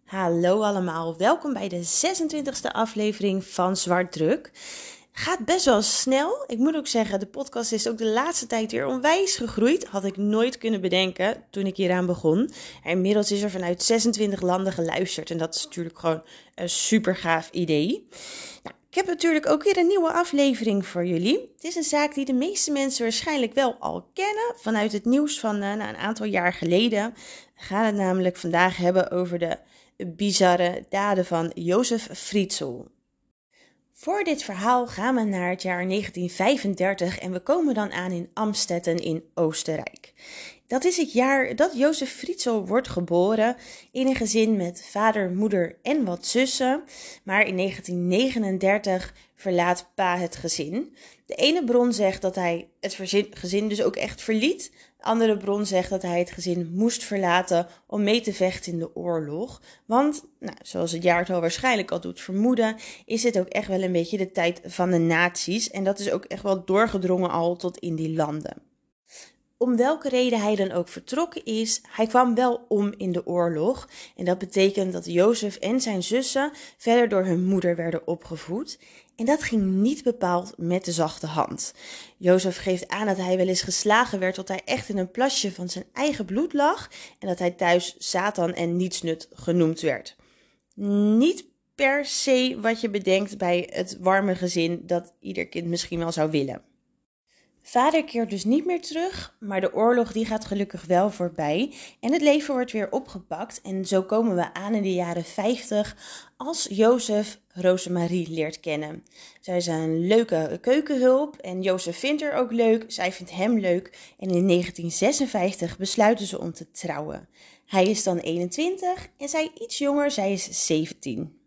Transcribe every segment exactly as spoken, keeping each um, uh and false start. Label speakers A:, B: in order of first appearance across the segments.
A: Hallo allemaal, welkom bij de zesentwintigste aflevering van Zwartdruk. Gaat best wel snel. Ik moet ook zeggen, de podcast is ook de laatste tijd weer onwijs gegroeid. Had ik nooit kunnen bedenken toen ik hieraan begon. En inmiddels is er vanuit zesentwintig landen geluisterd en dat is natuurlijk gewoon een super gaaf idee. Nou, ik heb natuurlijk ook weer een nieuwe aflevering voor jullie. Het is een zaak die de meeste mensen waarschijnlijk wel al kennen vanuit het nieuws van uh, nou, een aantal jaar geleden. We gaan het namelijk vandaag hebben over de bizarre daden van Jozef Fritzl. Voor dit verhaal gaan we naar het jaar negentien vijfendertig en we komen dan aan in Amstetten in Oostenrijk. Dat is het jaar dat Jozef Fritzl wordt geboren in een gezin met vader, moeder en wat zussen. Maar in negentien negenendertig verlaat pa het gezin. De ene bron zegt dat hij het gezin dus ook echt verliet. De andere bron zegt dat hij het gezin moest verlaten om mee te vechten in de oorlog. Want, nou, zoals het jaartal waarschijnlijk al doet vermoeden, is dit ook echt wel een beetje de tijd van de nazi's. En dat is ook echt wel doorgedrongen al tot in die landen. Om welke reden hij dan ook vertrokken is, hij kwam wel om in de oorlog. En dat betekent dat Jozef en zijn zussen verder door hun moeder werden opgevoed. En dat ging niet bepaald met de zachte hand. Jozef geeft aan dat hij wel eens geslagen werd tot hij echt in een plasje van zijn eigen bloed lag. En dat hij thuis Satan en nietsnut genoemd werd. Niet per se wat je bedenkt bij het warme gezin dat ieder kind misschien wel zou willen. Vader keert dus niet meer terug, maar de oorlog die gaat gelukkig wel voorbij en het leven wordt weer opgepakt. En zo komen we aan in de jaren vijftig als Jozef Rosemarie leert kennen. Zij is een leuke keukenhulp en Jozef vindt haar ook leuk, zij vindt hem leuk en in negentien zesenvijftig besluiten ze om te trouwen. Hij is dan eenentwintig en zij iets jonger, zij is zeventien.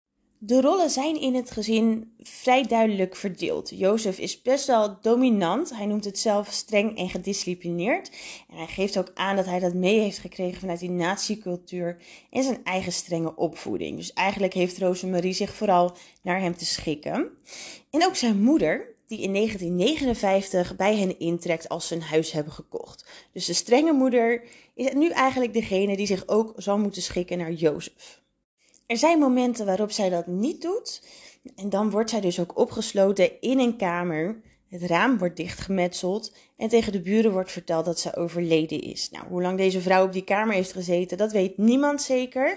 A: De rollen zijn in het gezin vrij duidelijk verdeeld. Jozef is best wel dominant. Hij noemt het zelf streng en gedisciplineerd. En hij geeft ook aan dat hij dat mee heeft gekregen vanuit die nazi-cultuur en zijn eigen strenge opvoeding. Dus eigenlijk heeft Rosemarie zich vooral naar hem te schikken. En ook zijn moeder, die in negentien negenenvijftig bij hen intrekt als ze een huis hebben gekocht. Dus de strenge moeder is nu eigenlijk degene die zich ook zal moeten schikken naar Jozef. Er zijn momenten waarop zij dat niet doet en dan wordt zij dus ook opgesloten in een kamer. Het raam wordt dichtgemetseld en tegen de buren wordt verteld dat ze overleden is. Nou, hoe lang deze vrouw op die kamer heeft gezeten, dat weet niemand zeker.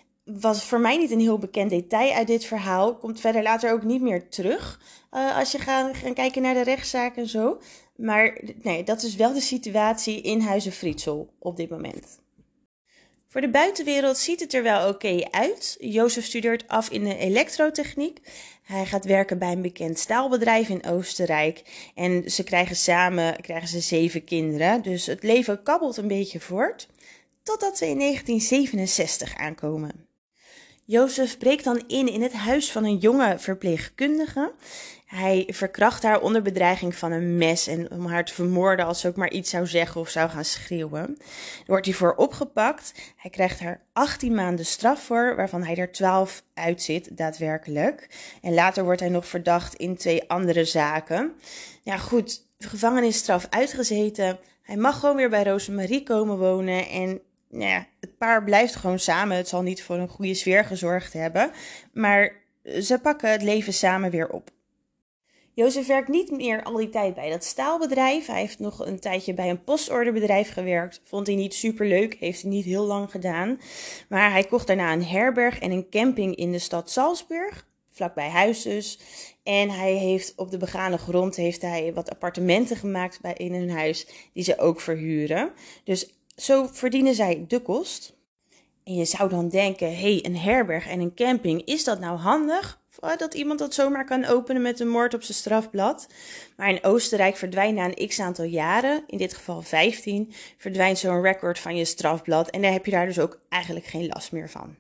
A: Was voor mij niet een heel bekend detail uit dit verhaal. Komt verder later ook niet meer terug uh, als je gaat gaan kijken naar de rechtszaak en zo. Maar nee, dat is wel de situatie in Huize Fritzl op dit moment. Voor de buitenwereld ziet het er wel oké uit. Jozef studeert af in de elektrotechniek. Hij gaat werken bij een bekend staalbedrijf in Oostenrijk. En ze krijgen samen krijgen ze zeven kinderen. Dus het leven kabbelt een beetje voort. Totdat we in negentien zevenenzestig aankomen. Jozef breekt dan in in het huis van een jonge verpleegkundige. Hij verkracht haar onder bedreiging van een mes en om haar te vermoorden als ze ook maar iets zou zeggen of zou gaan schreeuwen. Daar wordt hij voor opgepakt. Hij krijgt er achttien maanden straf voor, waarvan hij er twaalf uitzit, daadwerkelijk. En later wordt hij nog verdacht in twee andere zaken. Ja goed, gevangenisstraf uitgezeten. Hij mag gewoon weer bij Rosemarie komen wonen en nou ja, het paar blijft gewoon samen. Het zal niet voor een goede sfeer gezorgd hebben. Maar ze pakken het leven samen weer op. Jozef werkt niet meer al die tijd bij dat staalbedrijf. Hij heeft nog een tijdje bij een postorderbedrijf gewerkt. Vond hij niet superleuk, heeft hij niet heel lang gedaan. Maar hij kocht daarna een herberg en een camping in de stad Salzburg. Vlakbij huis dus. En hij heeft op de begane grond heeft hij wat appartementen gemaakt bij in hun huis die ze ook verhuren. Dus zo verdienen zij de kost. En je zou dan denken, hé, hey, een herberg en een camping, is dat nou handig? Dat iemand dat zomaar kan openen met een moord op zijn strafblad. Maar in Oostenrijk verdwijnt na een x-aantal jaren, in dit geval vijftien, verdwijnt zo'n record van je strafblad. En daar heb je daar dus ook eigenlijk geen last meer van.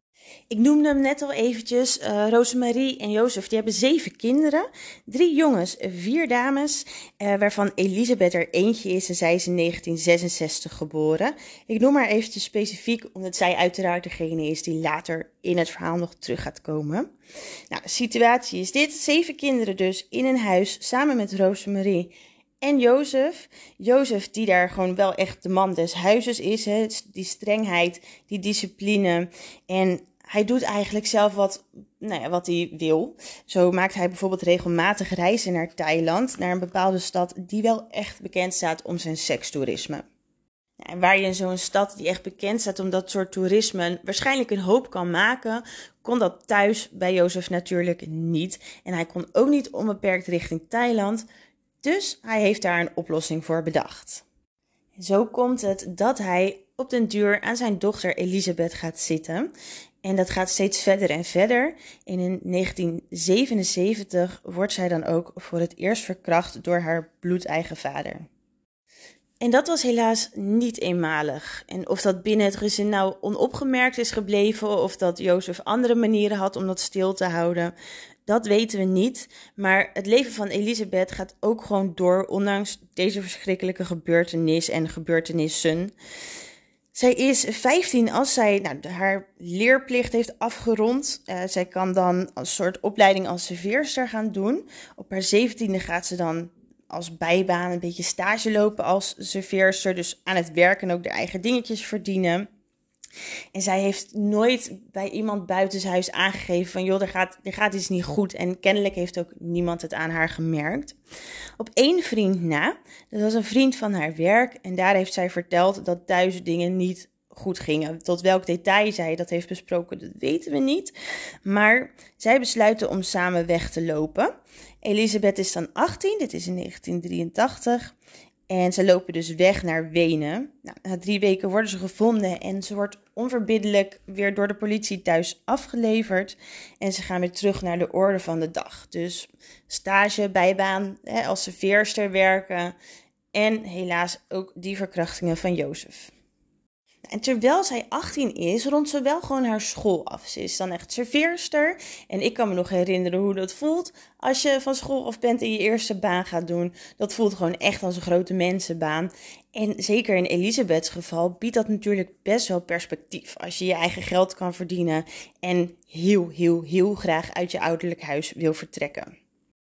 A: Ik noemde hem net al eventjes, uh, Rosemarie en Jozef, die hebben zeven kinderen. Drie jongens, vier dames, uh, waarvan Elisabeth er eentje is en zij is in negentien zesenzestig geboren. Ik noem haar eventjes specifiek, omdat zij uiteraard degene is die later in het verhaal nog terug gaat komen. Nou, de situatie is dit, zeven kinderen dus in een huis samen met Rosemarie en Jozef. Jozef die daar gewoon wel echt de man des huizes is. Hè? Die strengheid, die discipline. En hij doet eigenlijk zelf wat, nou ja, wat hij wil. Zo maakt hij bijvoorbeeld regelmatig reizen naar Thailand. Naar een bepaalde stad die wel echt bekend staat om zijn sekstoerisme. En waar je in zo'n stad die echt bekend staat om dat soort toerisme waarschijnlijk een hoop kan maken, kon dat thuis bij Jozef natuurlijk niet. En hij kon ook niet onbeperkt richting Thailand, dus hij heeft daar een oplossing voor bedacht. En zo komt het dat hij op den duur aan zijn dochter Elisabeth gaat zitten. En dat gaat steeds verder en verder. En in negentien zevenenzeventig wordt zij dan ook voor het eerst verkracht door haar bloedeigen vader. En dat was helaas niet eenmalig. En of dat binnen het gezin nou onopgemerkt is gebleven, of dat Jozef andere manieren had om dat stil te houden, dat weten we niet. Maar het leven van Elisabeth gaat ook gewoon door, ondanks deze verschrikkelijke gebeurtenis en gebeurtenissen. Zij is vijftien als zij nou, haar leerplicht heeft afgerond. Uh, zij kan dan een soort opleiding als serveerster gaan doen. Op haar zeventiende gaat ze dan als bijbaan een beetje stage lopen als serveerster. Dus aan het werk en ook de eigen dingetjes verdienen. En zij heeft nooit bij iemand buitenshuis aangegeven van joh, er gaat, er gaat iets niet goed. En kennelijk heeft ook niemand het aan haar gemerkt. Op één vriend na, dat was een vriend van haar werk. En daar heeft zij verteld dat thuis dingen niet goed gingen. Tot welk detail zij dat heeft besproken, dat weten we niet. Maar zij besluiten om samen weg te lopen. Elisabeth is dan achttien, dit is in negentien drieëntachtig. En ze lopen dus weg naar Wenen. Nou, na drie weken worden ze gevonden en ze wordt onverbiddelijk weer door de politie thuis afgeleverd. En ze gaan weer terug naar de orde van de dag. Dus stage, bijbaan, hè, als serveerster werken en helaas ook die verkrachtingen van Jozef. En terwijl zij achttien is, rondt ze wel gewoon haar school af. Ze is dan echt serveerster. En ik kan me nog herinneren hoe dat voelt als je van school af bent en je eerste baan gaat doen. Dat voelt gewoon echt als een grote mensenbaan. En zeker in Elisabeths geval biedt dat natuurlijk best wel perspectief. Als je je eigen geld kan verdienen en heel, heel, heel graag uit je ouderlijk huis wil vertrekken.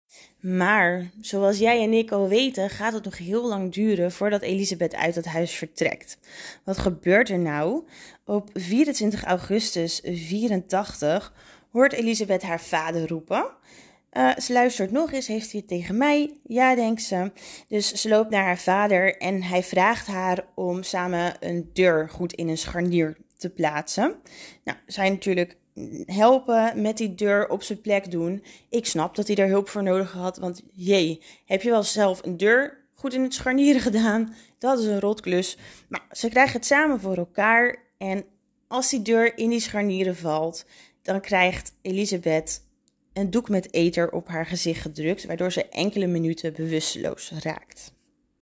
A: Maar, zoals jij en ik al weten, gaat het nog heel lang duren voordat Elisabeth uit het huis vertrekt. Wat gebeurt er nou? Op vierentwintig augustus vierentachtig hoort Elisabeth haar vader roepen. Uh, ze luistert nog eens, heeft hij het tegen mij? Ja, denkt ze. Dus ze loopt naar haar vader en hij vraagt haar om samen een deur goed in een scharnier te plaatsen. Nou, zij natuurlijk helpen met die deur op zijn plek doen. Ik snap dat hij daar hulp voor nodig had, want jee, heb je wel zelf een deur goed in het scharnieren gedaan? Dat is een rotklus. Maar ze krijgen het samen voor elkaar en als die deur in die scharnieren valt, dan krijgt Elisabeth een doek met eter op haar gezicht gedrukt, waardoor ze enkele minuten bewusteloos raakt.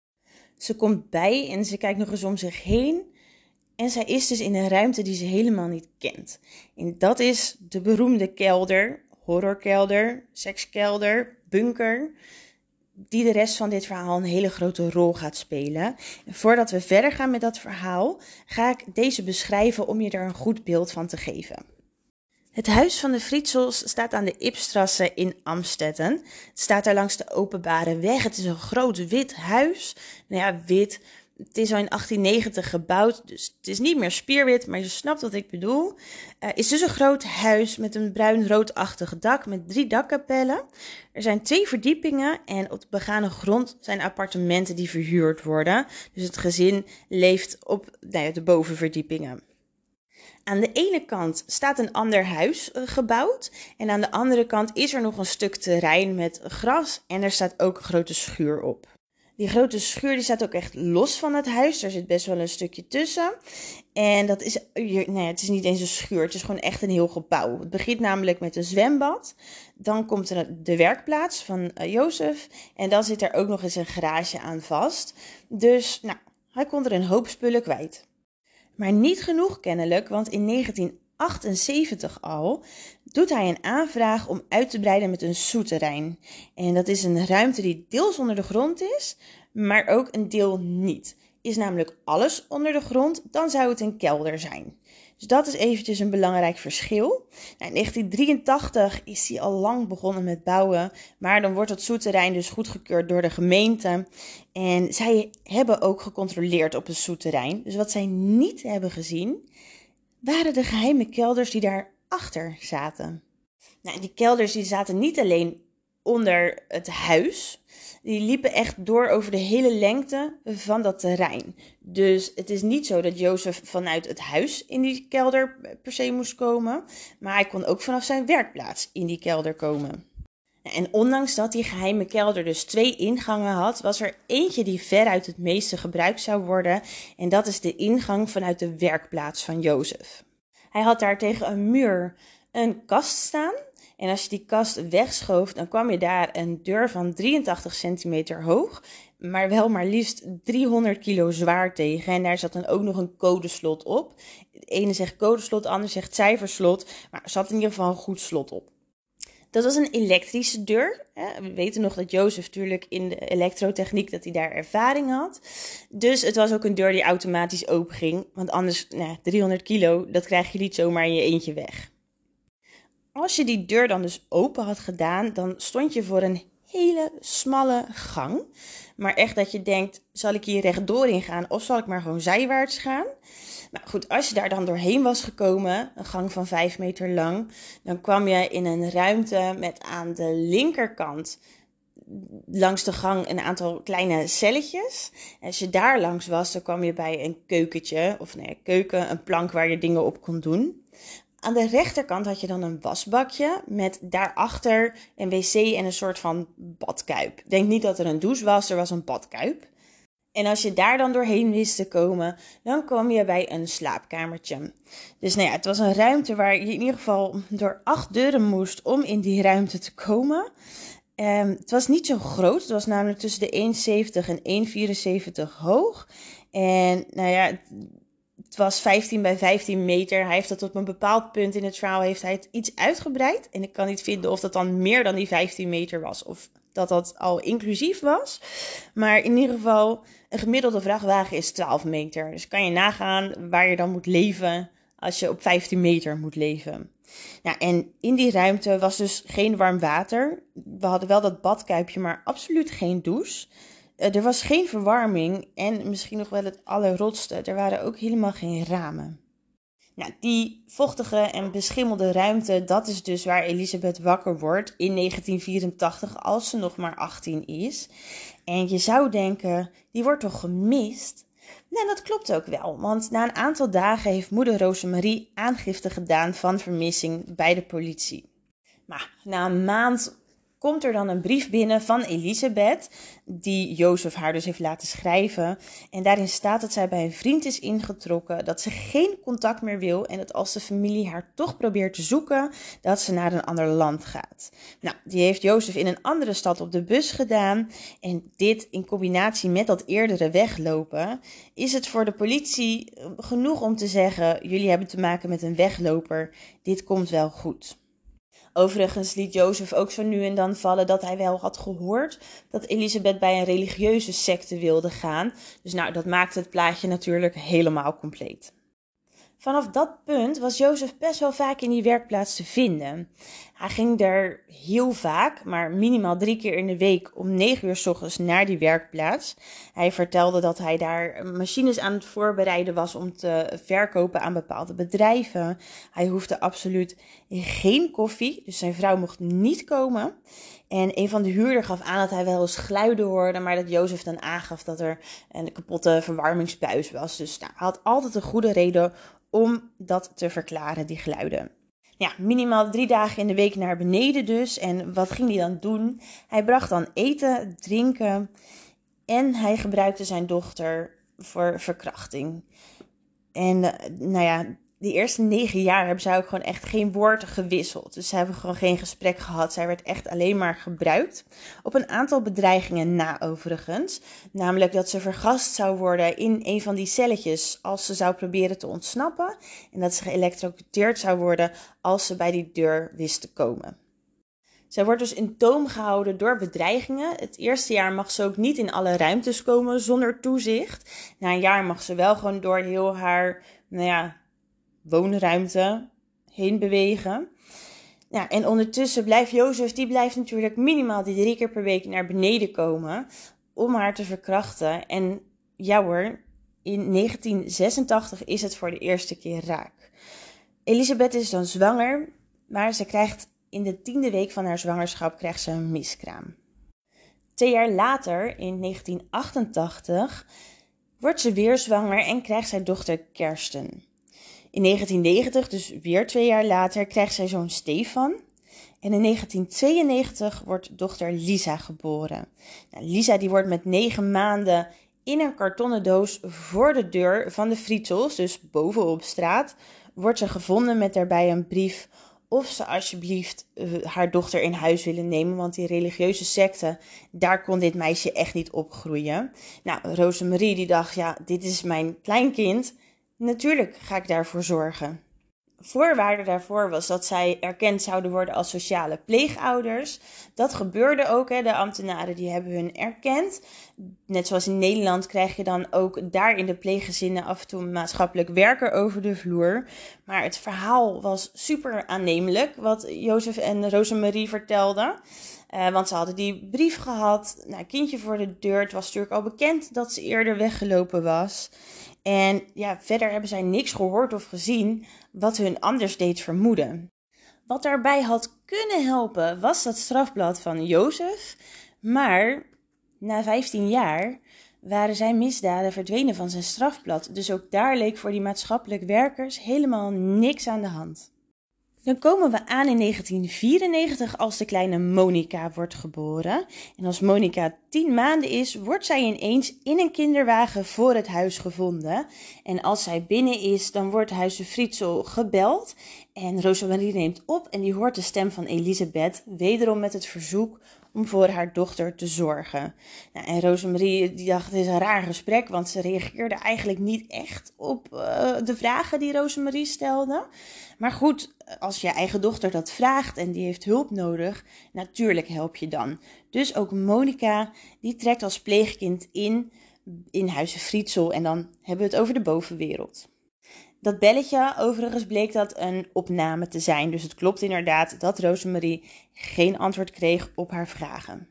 A: Ze komt bij en ze kijkt nog eens om zich heen. En zij is dus in een ruimte die ze helemaal niet kent. En dat is de beroemde kelder, horrorkelder, sekskelder, bunker, die de rest van dit verhaal een hele grote rol gaat spelen. En voordat we verder gaan met dat verhaal, ga ik deze beschrijven om je er een goed beeld van te geven. Het huis van de Friedsels staat aan de Ipstrasse in Amstetten. Het staat daar langs de openbare weg. Het is een groot wit huis. Nou ja, wit. Het is al in achttien negentig gebouwd, dus het is niet meer spierwit, maar je snapt wat ik bedoel. Het uh, is dus een groot huis met een bruin-roodachtig dak met drie dakkapellen. Er zijn twee verdiepingen en op de begane grond zijn appartementen die verhuurd worden. Dus het gezin leeft op nou ja, de bovenverdiepingen. Aan de ene kant staat een ander huis uh, gebouwd en aan de andere kant is er nog een stuk terrein met gras en er staat ook een grote schuur op. Die grote schuur die staat ook echt los van het huis. Er zit best wel een stukje tussen. En dat is, nee, het is niet eens een schuur. Het is gewoon echt een heel gebouw. Het begint namelijk met een zwembad. Dan komt er de werkplaats van uh, Jozef. En dan zit er ook nog eens een garage aan vast. Dus nou, hij kon er een hoop spullen kwijt. Maar niet genoeg kennelijk, want in negentien achtenzeventig al doet hij een aanvraag om uit te breiden met een souterrain. En dat is een ruimte die deels onder de grond is, maar ook een deel niet. Is namelijk alles onder de grond, dan zou het een kelder zijn. Dus dat is eventjes een belangrijk verschil. Nou, in negentien drieëntachtig is hij al lang begonnen met bouwen, maar dan wordt het souterrain dus goedgekeurd door de gemeente. En zij hebben ook gecontroleerd op het souterrain. Dus wat zij niet hebben gezien, waren de geheime kelders die daarachter zaten. Nou, die kelders die zaten niet alleen onder het huis. Die liepen echt door over de hele lengte van dat terrein. Dus het is niet zo dat Jozef vanuit het huis in die kelder per se moest komen. Maar hij kon ook vanaf zijn werkplaats in die kelder komen. En ondanks dat die geheime kelder dus twee ingangen had, was er eentje die veruit het meeste gebruikt zou worden. En dat is de ingang vanuit de werkplaats van Jozef. Hij had daar tegen een muur een kast staan. En als je die kast wegschoof, dan kwam je daar een deur van drieëntachtig centimeter hoog, maar wel maar liefst driehonderd kilo zwaar tegen. En daar zat dan ook nog een codeslot op. De ene zegt codeslot, de ander zegt cijferslot, maar er zat in ieder geval een goed slot op. Dat was een elektrische deur. We weten nog dat Jozef natuurlijk in de elektrotechniek, dat hij daar ervaring had. Dus het was ook een deur die automatisch open ging, want anders, nou, driehonderd kilo, dat krijg je niet zomaar in je eentje weg. Als je die deur dan dus open had gedaan, dan stond je voor een hele smalle gang. Maar echt dat je denkt, zal ik hier rechtdoor in gaan of zal ik maar gewoon zijwaarts gaan? Nou goed, als je daar dan doorheen was gekomen, een gang van vijf meter lang, dan kwam je in een ruimte met aan de linkerkant langs de gang een aantal kleine celletjes. En als je daar langs was, dan kwam je bij een keukentje, of nee, keuken, een plank waar je dingen op kon doen. Aan de rechterkant had je dan een wasbakje met daarachter een wc en een soort van badkuip. Denk niet dat er een douche was, er was een badkuip. En als je daar dan doorheen wist te komen, dan kwam je bij een slaapkamertje. Dus nou ja, het was een ruimte waar je in ieder geval door acht deuren moest om in die ruimte te komen. Um, het was niet zo groot, het was namelijk tussen de één komma zeventig en één komma vierenzeventig hoog. En nou ja, het was vijftien bij vijftien meter. Hij heeft dat op een bepaald punt in het verhaal heeft hij het iets uitgebreid. En ik kan niet vinden of dat dan meer dan die vijftien meter was of dat dat al inclusief was. Maar in ieder geval, een gemiddelde vrachtwagen is twaalf meter. Dus kan je nagaan waar je dan moet leven als je op vijftien meter moet leven. Ja, en in die ruimte was dus geen warm water. We hadden wel dat badkuipje, maar absoluut geen douche. Uh, er was geen verwarming en misschien nog wel het allerrotste, er waren ook helemaal geen ramen. Nou, die vochtige en beschimmelde ruimte, dat is dus waar Elisabeth wakker wordt in negentien vierentachtig als ze nog maar achttien is. En je zou denken, die wordt toch gemist? Nou, dat klopt ook wel, want na een aantal dagen heeft moeder Rosemarie aangifte gedaan van vermissing bij de politie. Maar na een maand komt er dan een brief binnen van Elisabeth, die Jozef haar dus heeft laten schrijven. En daarin staat dat zij bij een vriend is ingetrokken, dat ze geen contact meer wil en dat als de familie haar toch probeert te zoeken, dat ze naar een ander land gaat. Nou, die heeft Jozef in een andere stad op de bus gedaan. En dit in combinatie met dat eerdere weglopen, is het voor de politie genoeg om te zeggen, jullie hebben te maken met een wegloper, dit komt wel goed. Overigens liet Jozef ook zo nu en dan vallen dat hij wel had gehoord dat Elisabeth bij een religieuze secte wilde gaan. Dus nou, dat maakte het plaatje natuurlijk helemaal compleet. Vanaf dat punt was Jozef best wel vaak in die werkplaats te vinden. Hij ging er heel vaak, maar minimaal drie keer in de week om negen uur 's ochtends naar die werkplaats. Hij vertelde dat hij daar machines aan het voorbereiden was om te verkopen aan bepaalde bedrijven. Hij hoefde absoluut geen koffie, dus zijn vrouw mocht niet komen. En een van de huurders gaf aan dat hij wel eens geluiden hoorde, maar dat Jozef dan aangaf dat er een kapotte verwarmingsbuis was. Dus nou, hij had altijd een goede reden om dat te verklaren, die geluiden. Ja, minimaal drie dagen in de week naar beneden dus. En wat ging hij dan doen? Hij bracht dan eten, drinken en hij gebruikte zijn dochter voor verkrachting. En uh, nou ja, die eerste negen jaar hebben zij ook gewoon echt geen woord gewisseld. Dus ze hebben gewoon geen gesprek gehad. Zij werd echt alleen maar gebruikt. Op een aantal bedreigingen na overigens. Namelijk dat ze vergast zou worden in een van die celletjes als ze zou proberen te ontsnappen. En dat ze geëlektrocuteerd zou worden als ze bij die deur wist te komen. Zij wordt dus in toom gehouden door bedreigingen. Het eerste jaar mag ze ook niet in alle ruimtes komen zonder toezicht. Na een jaar mag ze wel gewoon door heel haar, nou ja, woonruimte heen bewegen. Ja, en ondertussen blijft Jozef, die blijft natuurlijk minimaal die drie keer per week naar beneden komen om haar te verkrachten. En ja hoor, in negentien zesentachtig is het voor de eerste keer raak. Elisabeth is dan zwanger, maar ze krijgt in de tiende week van haar zwangerschap krijgt ze een miskraam. Twee jaar later, in negentien achtentachtig, wordt ze weer zwanger en krijgt zij dochter Kersten. In negentien negentig, dus weer twee jaar later, krijgt zij zoon Stefan. En in negentien tweeënnegentig wordt dochter Lisa geboren. Nou, Lisa die wordt met negen maanden in een kartonnen doos voor de deur van de Friedsels, dus bovenop straat, wordt ze gevonden met daarbij een brief of ze alsjeblieft uh, haar dochter in huis willen nemen, want die religieuze secte, daar kon dit meisje echt niet opgroeien. Nou, Rosemarie die dacht, ja, dit is mijn kleinkind, natuurlijk ga ik daarvoor zorgen. Voorwaarde daarvoor was dat zij erkend zouden worden als sociale pleegouders. Dat gebeurde ook, hè. De ambtenaren die hebben hun erkend. Net zoals in Nederland krijg je dan ook daar in de pleeggezinnen af en toe een maatschappelijk werker over de vloer. Maar het verhaal was super aannemelijk wat Jozef en Rosemarie vertelden. Uh, want ze hadden die brief gehad, nou, kindje voor de deur. Het was natuurlijk al bekend dat ze eerder weggelopen was. En ja, verder hebben zij niks gehoord of gezien wat hun anders deed vermoeden. Wat daarbij had kunnen helpen was dat strafblad van Jozef. Maar na vijftien jaar waren zijn misdaden verdwenen van zijn strafblad. Dus ook daar leek voor die maatschappelijk werkers helemaal niks aan de hand. Dan komen we aan in negentien vierennegentig als de kleine Monica wordt geboren. En als Monica tien maanden is, wordt zij ineens in een kinderwagen voor het huis gevonden. En als zij binnen is, dan wordt huize Frietsel gebeld. En Rosemarie neemt op en die hoort de stem van Elisabeth, wederom met het verzoek om voor haar dochter te zorgen. Nou, en Rosemarie die dacht, het is een raar gesprek, want ze reageerde eigenlijk niet echt op uh, de vragen die Rosemarie stelde. Maar goed, als je eigen dochter dat vraagt en die heeft hulp nodig, natuurlijk help je dan. Dus ook Monica, die trekt als pleegkind in, in huize Frietsel en dan hebben we het over de bovenwereld. Dat belletje, overigens bleek dat een opname te zijn. Dus het klopt inderdaad dat Rosemarie geen antwoord kreeg op haar vragen.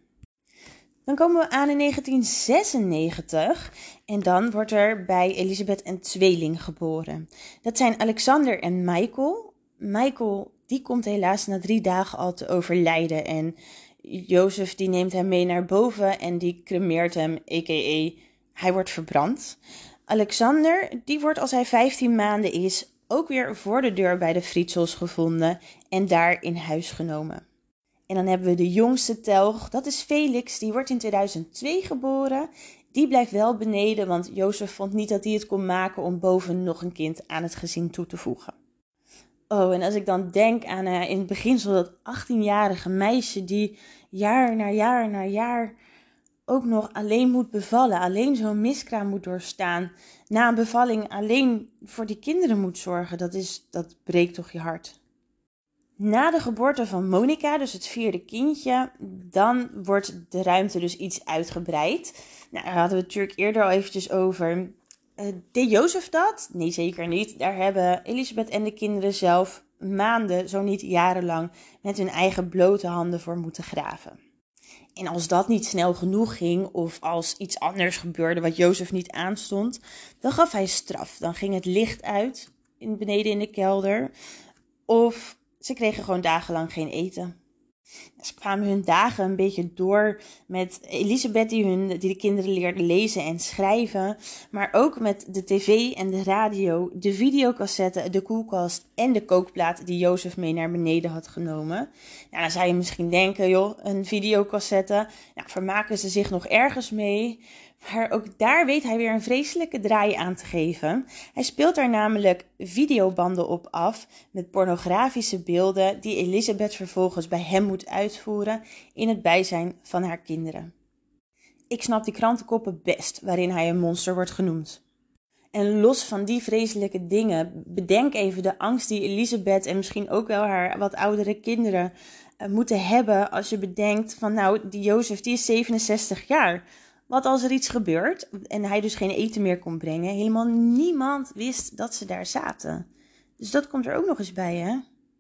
A: Dan komen we aan in negentien zesennegentig en dan wordt er bij Elisabeth een tweeling geboren. Dat zijn Alexander en Michael. Michael die komt helaas na drie dagen al te overlijden en Jozef die neemt hem mee naar boven en die cremeert hem, a k a hij wordt verbrand. Alexander, die wordt als hij vijftien maanden is ook weer voor de deur bij de Friedsels gevonden en daar in huis genomen. En dan hebben we de jongste telg, dat is Felix, die wordt in tweeduizend twee geboren. Die blijft wel beneden, want Jozef vond niet dat hij het kon maken om boven nog een kind aan het gezin toe te voegen. Oh, en als ik dan denk aan uh, in het beginsel dat achttienjarige meisje die jaar na jaar na jaar ook nog alleen moet bevallen, alleen zo'n miskraam moet doorstaan, na een bevalling alleen voor die kinderen moet zorgen, dat, is, dat breekt toch je hart. Na de geboorte van Monica, dus het vierde kindje, dan wordt de ruimte dus iets uitgebreid. Nou, daar hadden we het natuurlijk eerder al eventjes over. Uh, deed Jozef dat? Nee, zeker niet. Daar hebben Elisabeth en de kinderen zelf maanden, zo niet jarenlang, met hun eigen blote handen voor moeten graven. En als dat niet snel genoeg ging, of als iets anders gebeurde wat Jozef niet aanstond, dan gaf hij straf. Dan ging het licht uit, in, beneden in de kelder, of ze kregen gewoon dagenlang geen eten. Ze kwamen hun dagen een beetje door met Elisabeth die, hun, die de kinderen leerde lezen en schrijven. Maar ook met de tv en de radio, de videocassette, de koelkast en de kookplaat die Jozef mee naar beneden had genomen. Nou, dan zou je misschien denken, joh, een videocassette, nou, vermaken ze zich nog ergens mee. Maar ook daar weet hij weer een vreselijke draai aan te geven. Hij speelt daar namelijk videobanden op af met pornografische beelden die Elisabeth vervolgens bij hem moet uitvoeren in het bijzijn van haar kinderen. Ik snap die krantenkoppen best waarin hij een monster wordt genoemd. En los van die vreselijke dingen, bedenk even de angst die Elisabeth en misschien ook wel haar wat oudere kinderen uh, moeten hebben als je bedenkt van nou, die Jozef die is zevenenzestig jaar. Wat als er iets gebeurt en hij dus geen eten meer kon brengen, helemaal niemand wist dat ze daar zaten. Dus dat komt er ook nog eens bij, hè.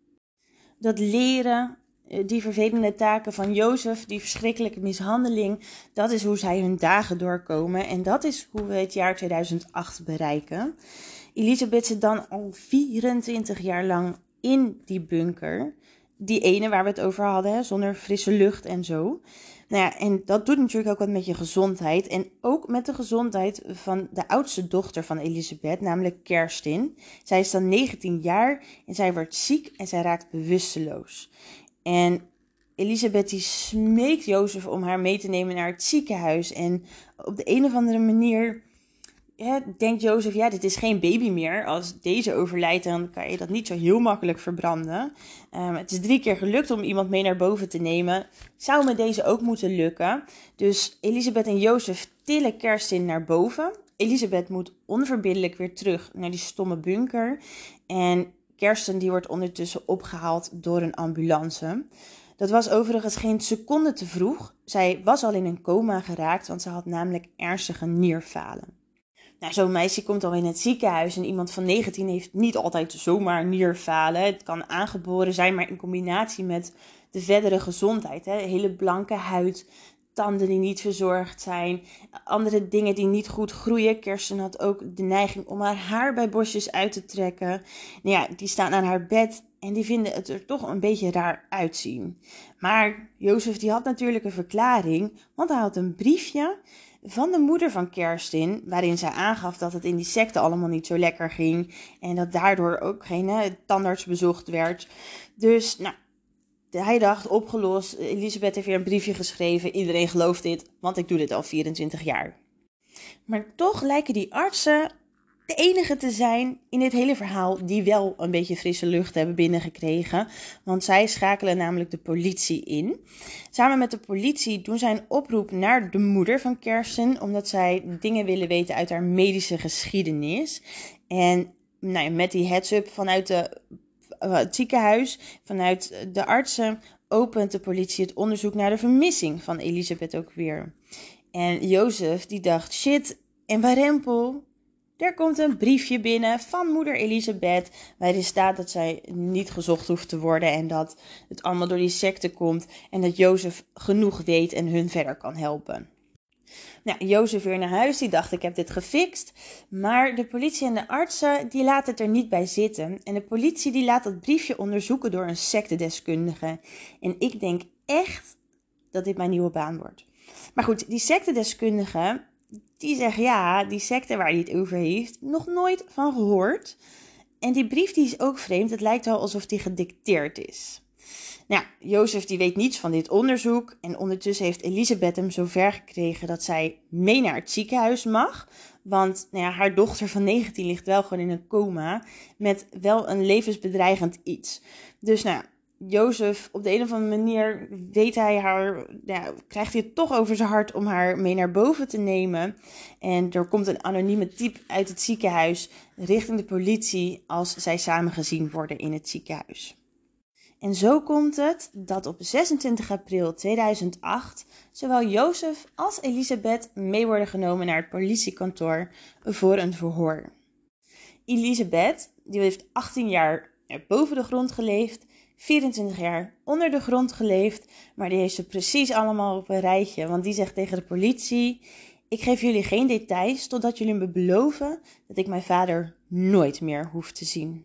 A: Dat leren, die vervelende taken van Jozef, die verschrikkelijke mishandeling, dat is hoe zij hun dagen doorkomen. En dat is hoe we het jaar tweeduizend acht bereiken. Elisabeth zit dan al vierentwintig jaar lang in die bunker. Die ene waar we het over hadden, hè, zonder frisse lucht en zo. Nou ja, en dat doet natuurlijk ook wat met je gezondheid. En ook met de gezondheid van de oudste dochter van Elisabeth, namelijk Kerstin. Zij is dan negentien jaar en zij wordt ziek en zij raakt bewusteloos. En Elisabeth die smeekt Jozef om haar mee te nemen naar het ziekenhuis. En op de een of andere manier ja, denkt Jozef, ja, dit is geen baby meer. Als deze overlijdt, dan kan je dat niet zo heel makkelijk verbranden. Um, het is drie keer gelukt om iemand mee naar boven te nemen. Zou met deze ook moeten lukken. Dus Elisabeth en Jozef tillen Kerstin naar boven. Elisabeth moet onverbiddelijk weer terug naar die stomme bunker. En Kerstin die wordt ondertussen opgehaald door een ambulance. Dat was overigens geen seconde te vroeg. Zij was al in een coma geraakt, want ze had namelijk ernstige nierfalen. Nou, zo'n meisje komt al in het ziekenhuis en iemand van negentien heeft niet altijd zomaar nierfalen. Het kan aangeboren zijn, maar in combinatie met de verdere gezondheid. Hè? Hele blanke huid, tanden die niet verzorgd zijn, andere dingen die niet goed groeien. Kerstin had ook de neiging om haar haar bij bosjes uit te trekken. Nou ja, die staan aan haar bed en die vinden het er toch een beetje raar uitzien. Maar Jozef die had natuurlijk een verklaring, want hij had een briefje van de moeder van Kerstin, waarin zij aangaf dat het in die secte allemaal niet zo lekker ging en dat daardoor ook geen hè, tandarts bezocht werd. Dus nou, hij dacht, opgelost, Elisabeth heeft weer een briefje geschreven, iedereen gelooft dit, want ik doe dit al vierentwintig jaar. Maar toch lijken die artsen de enige te zijn in dit hele verhaal die wel een beetje frisse lucht hebben binnengekregen. Want zij schakelen namelijk de politie in. Samen met de politie doen zij een oproep naar de moeder van Kerstin, omdat zij dingen willen weten uit haar medische geschiedenis. En nou ja, met die heads-up vanuit de, uh, het ziekenhuis, vanuit de artsen, opent de politie het onderzoek naar de vermissing van Elisabeth ook weer. En Jozef die dacht, shit, en warempel, er komt een briefje binnen van moeder Elisabeth, waarin staat dat zij niet gezocht hoeft te worden en dat het allemaal door die secte komt en dat Jozef genoeg weet en hun verder kan helpen. Nou, Jozef weer naar huis, die dacht ik heb dit gefixt, maar de politie en de artsen die laten het er niet bij zitten. En de politie die laat dat briefje onderzoeken door een sectedeskundige. En ik denk echt dat dit mijn nieuwe baan wordt. Maar goed, die sectedeskundige, die zegt ja, die secte waar hij het over heeft, nog nooit van gehoord. En die brief die is ook vreemd, het lijkt wel alsof die gedicteerd is. Nou, Jozef die weet niets van dit onderzoek en ondertussen heeft Elisabeth hem zover gekregen dat zij mee naar het ziekenhuis mag. Want nou ja, haar dochter van negentien ligt wel gewoon in een coma met wel een levensbedreigend iets. Dus nou, Jozef, op de een of andere manier weet hij haar, ja, krijgt hij het toch over zijn hart om haar mee naar boven te nemen. En er komt een anonieme type uit het ziekenhuis richting de politie als zij samen gezien worden in het ziekenhuis. En zo komt het dat op zesentwintig april tweeduizend acht zowel Jozef als Elisabeth mee worden genomen naar het politiekantoor voor een verhoor. Elisabeth, die heeft achttien jaar boven de grond geleefd, vierentwintig jaar onder de grond geleefd, maar die heeft ze precies allemaal op een rijtje, want die zegt tegen de politie: ik geef jullie geen details totdat jullie me beloven dat ik mijn vader nooit meer hoef te zien.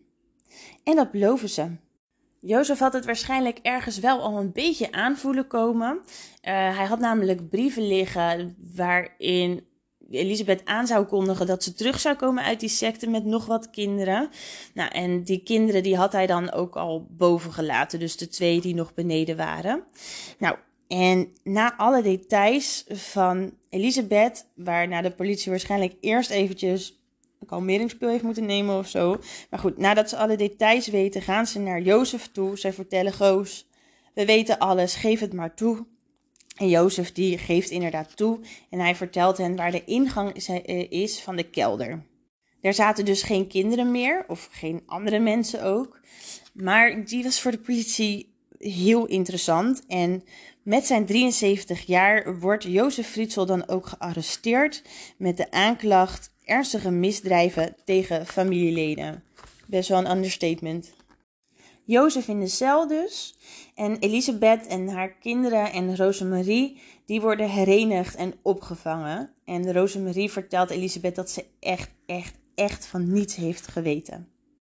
A: En dat beloven ze. Jozef had het waarschijnlijk ergens wel al een beetje aanvoelen komen. Uh, hij had namelijk brieven liggen waarin Elisabeth aan zou kondigen dat ze terug zou komen uit die secte met nog wat kinderen. Nou, en die kinderen die had hij dan ook al boven gelaten, dus de twee die nog beneden waren. Nou, en na alle details van Elisabeth, waarna de politie waarschijnlijk eerst eventjes een kalmeringspil heeft moeten nemen of zo. Maar goed, nadat ze alle details weten, gaan ze naar Jozef toe. Zij vertellen: Goos, we weten alles, geef het maar toe. En Jozef die geeft inderdaad toe en hij vertelt hen waar de ingang is van de kelder. Er zaten dus geen kinderen meer, of geen andere mensen ook. Maar die was voor de politie heel interessant. En met zijn drieënzeventig jaar wordt Jozef Fritzl dan ook gearresteerd met de aanklacht ernstige misdrijven tegen familieleden. Best wel een understatement. Jozef in de cel dus. En Elisabeth en haar kinderen en Rosemarie, die worden herenigd en opgevangen. En Rosemarie vertelt Elisabeth dat ze echt, echt, echt van niets heeft geweten.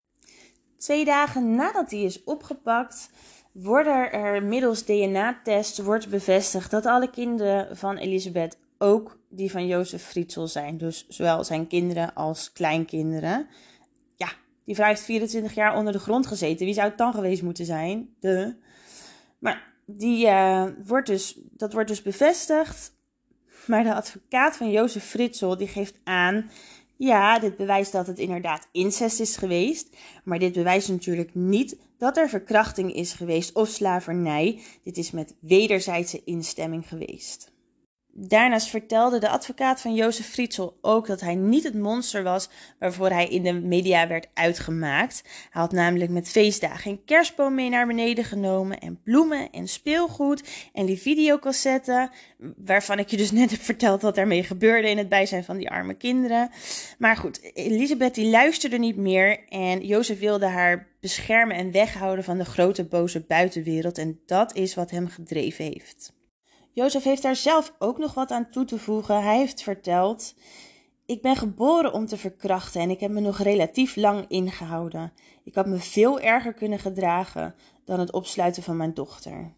A: Twee dagen nadat hij is opgepakt, worden er middels D N A-test wordt bevestigd dat alle kinderen van Elisabeth ook die van Jozef Fritzl zijn. Dus zowel zijn kinderen als kleinkinderen. Ja, die vrouw heeft vierentwintig jaar onder de grond gezeten. Wie zou het dan geweest moeten zijn? De. Maar die, uh, wordt dus, dat wordt dus bevestigd. Maar de advocaat van Jozef Fritzl die geeft aan, ja, dit bewijst dat het inderdaad incest is geweest. Maar dit bewijst natuurlijk niet dat er verkrachting is geweest of slavernij. Dit is met wederzijdse instemming geweest. Daarnaast vertelde de advocaat van Jozef Fritzl ook dat hij niet het monster was waarvoor hij in de media werd uitgemaakt. Hij had namelijk met feestdagen een kerstboom mee naar beneden genomen en bloemen en speelgoed en die videocassette, waarvan ik je dus net heb verteld wat daarmee gebeurde in het bijzijn van die arme kinderen. Maar goed, Elisabeth die luisterde niet meer en Jozef wilde haar beschermen en weghouden van de grote boze buitenwereld en dat is wat hem gedreven heeft. Jozef heeft daar zelf ook nog wat aan toe te voegen. Hij heeft verteld, ik ben geboren om te verkrachten en ik heb me nog relatief lang ingehouden. Ik had me veel erger kunnen gedragen dan het opsluiten van mijn dochter.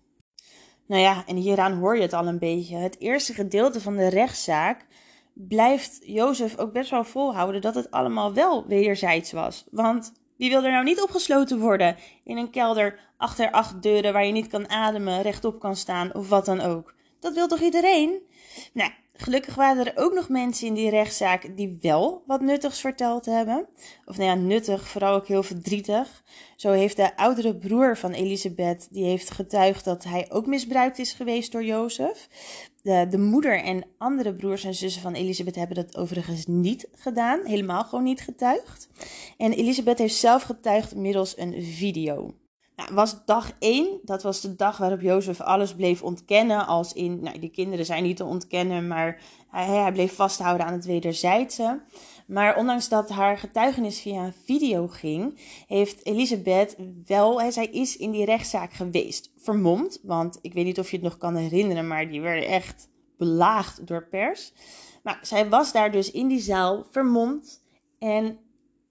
A: Nou ja, en hieraan hoor je het al een beetje. Het eerste gedeelte van de rechtszaak blijft Jozef ook best wel volhouden dat het allemaal wel wederzijds was. Want wie wil er nou niet opgesloten worden in een kelder achter acht deuren waar je niet kan ademen, rechtop kan staan of wat dan ook? Dat wil toch iedereen? Nou, gelukkig waren er ook nog mensen in die rechtszaak die wel wat nuttigs verteld hebben. Of nou ja, nuttig, vooral ook heel verdrietig. Zo heeft de oudere broer van Elisabeth, die heeft getuigd dat hij ook misbruikt is geweest door Jozef. De, de moeder en andere broers en zussen van Elisabeth hebben dat overigens niet gedaan. Helemaal gewoon niet getuigd. En Elisabeth heeft zelf getuigd middels een video. Nou, was dag één, dat was de dag waarop Jozef alles bleef ontkennen, als in, nou die kinderen zijn niet te ontkennen, maar hij, hij bleef vasthouden aan het wederzijdse. Maar ondanks dat haar getuigenis via een video ging, heeft Elisabeth wel, hij, zij is in die rechtszaak geweest, vermomd, want ik weet niet of je het nog kan herinneren, maar die werden echt belaagd door pers. Maar zij was daar dus in die zaal vermomd en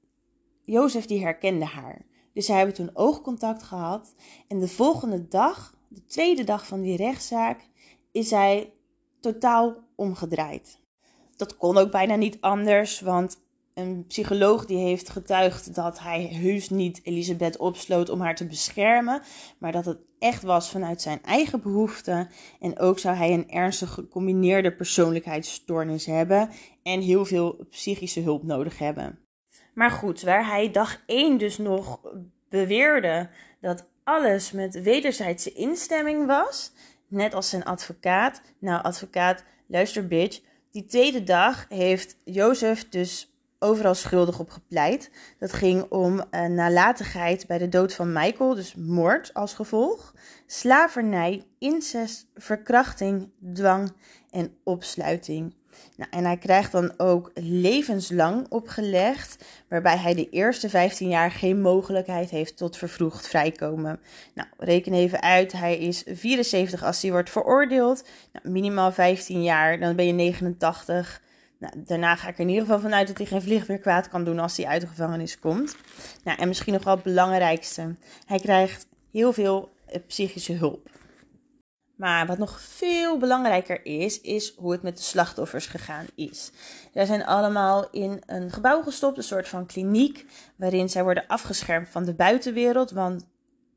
A: Jozef die herkende haar. Dus zij hebben toen oogcontact gehad. En de volgende dag, de tweede dag van die rechtszaak, is hij totaal omgedraaid. Dat kon ook bijna niet anders, want een psycholoog die heeft getuigd dat hij heus niet Elisabeth opsloot om haar te beschermen, maar dat het echt was vanuit zijn eigen behoeften. En ook zou hij een ernstig gecombineerde persoonlijkheidsstoornis hebben en heel veel psychische hulp nodig hebben. Maar goed, waar hij dag één dus nog beweerde dat alles met wederzijdse instemming was, net als zijn advocaat. Nou, advocaat, luister bitch. Die tweede dag heeft Jozef dus overal schuldig op gepleit. Dat ging om uh, nalatigheid bij de dood van Michael, dus moord als gevolg, slavernij, incest, verkrachting, dwang en opsluiting. Nou, en hij krijgt dan ook levenslang opgelegd, waarbij hij de eerste vijftien jaar geen mogelijkheid heeft tot vervroegd vrijkomen. Nou, reken even uit, hij is vierenzeventig als hij wordt veroordeeld. Nou, minimaal vijftien jaar, dan ben je negenentachtig. Nou, daarna ga ik er in ieder geval vanuit dat hij geen vlieg meer kwaad kan doen als hij uit de gevangenis komt. Nou, en misschien nog wel het belangrijkste, hij krijgt heel veel uh, psychische hulp. Maar wat nog veel belangrijker is, is hoe het met de slachtoffers gegaan is. Zij zijn allemaal in een gebouw gestopt, een soort van kliniek, waarin zij worden afgeschermd van de buitenwereld. Want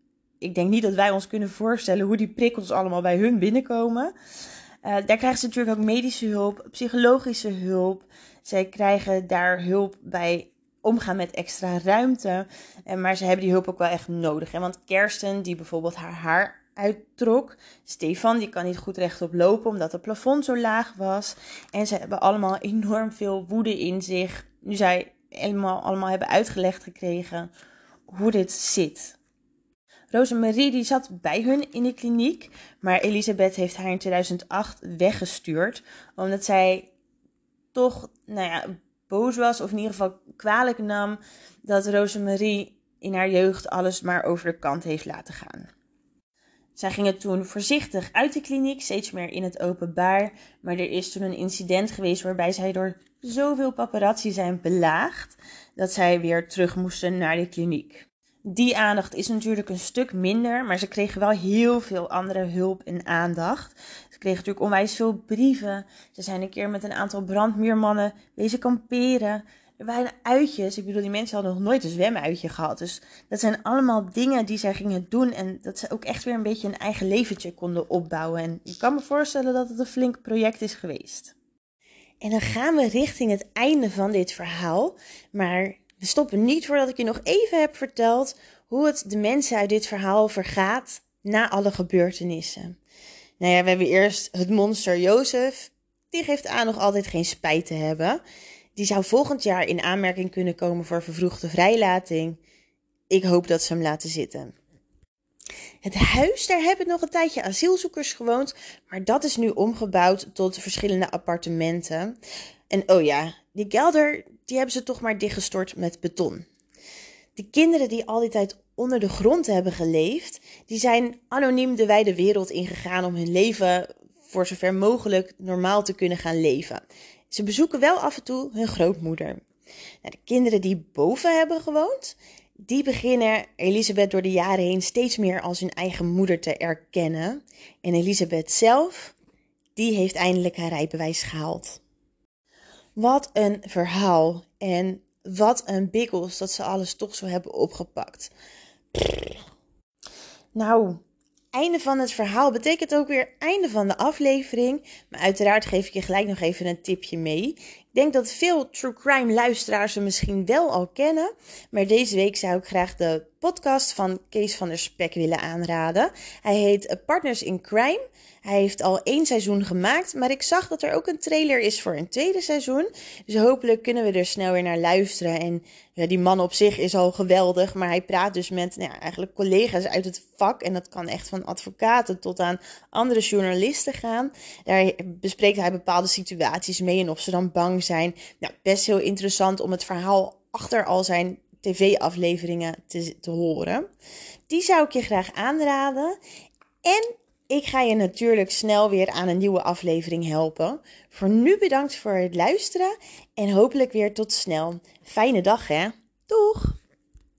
A: ik denk niet dat wij ons kunnen voorstellen hoe die prikkels allemaal bij hun binnenkomen. Uh, daar krijgen ze natuurlijk ook medische hulp, psychologische hulp. Zij krijgen daar hulp bij omgaan met extra ruimte. En maar ze hebben die hulp ook wel echt nodig. Hè? Want Kirsten, die bijvoorbeeld haar haar uittrok. Stefan, die kan niet goed rechtop lopen omdat het plafond zo laag was. En ze hebben allemaal enorm veel woede in zich. Nu zij helemaal allemaal hebben uitgelegd gekregen hoe dit zit. Rosemarie die zat bij hun in de kliniek, maar Elisabeth heeft haar in tweeduizend acht weggestuurd, omdat zij toch, nou ja, boos was, of in ieder geval kwalijk nam, dat Rosemarie in haar jeugd alles maar over de kant heeft laten gaan. Zij gingen toen voorzichtig uit de kliniek, steeds meer in het openbaar. Maar er is toen een incident geweest waarbij zij door zoveel paparazzi zijn belaagd, dat zij weer terug moesten naar de kliniek. Die aandacht is natuurlijk een stuk minder, maar ze kregen wel heel veel andere hulp en aandacht. Ze kregen natuurlijk onwijs veel brieven. Ze zijn een keer met een aantal brandmeermannen wezen kamperen. Er waren uitjes. Ik bedoel, die mensen hadden nog nooit een zwemuitje gehad. Dus dat zijn allemaal dingen die zij gingen doen. En dat ze ook echt weer een beetje een eigen leventje konden opbouwen. En ik kan me voorstellen dat het een flink project is geweest. En dan gaan we richting het einde van dit verhaal. Maar we stoppen niet voordat ik je nog even heb verteld hoe het de mensen uit dit verhaal vergaat na alle gebeurtenissen. Nou ja, we hebben eerst het monster Jozef. Die geeft aan nog altijd geen spijt te hebben. Die zou volgend jaar in aanmerking kunnen komen voor vervroegde vrijlating. Ik hoop dat ze hem laten zitten. Het huis, daar hebben nog een tijdje asielzoekers gewoond, maar dat is nu omgebouwd tot verschillende appartementen. En oh ja, die kelder, die hebben ze toch maar dichtgestort met beton. De kinderen die al die tijd onder de grond hebben geleefd, die zijn anoniem de wijde wereld ingegaan om hun leven voor zover mogelijk normaal te kunnen gaan leven. Ze bezoeken wel af en toe hun grootmoeder. Nou, de kinderen die boven hebben gewoond, die beginnen Elisabeth door de jaren heen steeds meer als hun eigen moeder te erkennen. En Elisabeth zelf, die heeft eindelijk haar rijbewijs gehaald. Wat een verhaal en wat een bikkels dat ze alles toch zo hebben opgepakt. Pff. Nou, einde van het verhaal betekent ook weer einde van de aflevering. Maar uiteraard geef ik je gelijk nog even een tipje mee. Ik denk dat veel true crime luisteraars ze misschien wel al kennen. Maar deze week zou ik graag de podcast van Kees van der Spek willen aanraden. Hij heet Partners in Crime. Hij heeft al één seizoen gemaakt, maar ik zag dat er ook een trailer is voor een tweede seizoen. Dus hopelijk kunnen we er snel weer naar luisteren. En ja, die man op zich is al geweldig, maar hij praat dus met nou ja, eigenlijk collega's uit het vak. En dat kan echt van advocaten tot aan andere journalisten gaan. Daar bespreekt hij bepaalde situaties mee en of ze dan bang zijn. Nou, best heel interessant om het verhaal achter al zijn tv-afleveringen te, te horen. Die zou ik je graag aanraden. En ik ga je natuurlijk snel weer aan een nieuwe aflevering helpen. Voor nu bedankt voor het luisteren en hopelijk weer tot snel. Fijne dag hè. Doeg!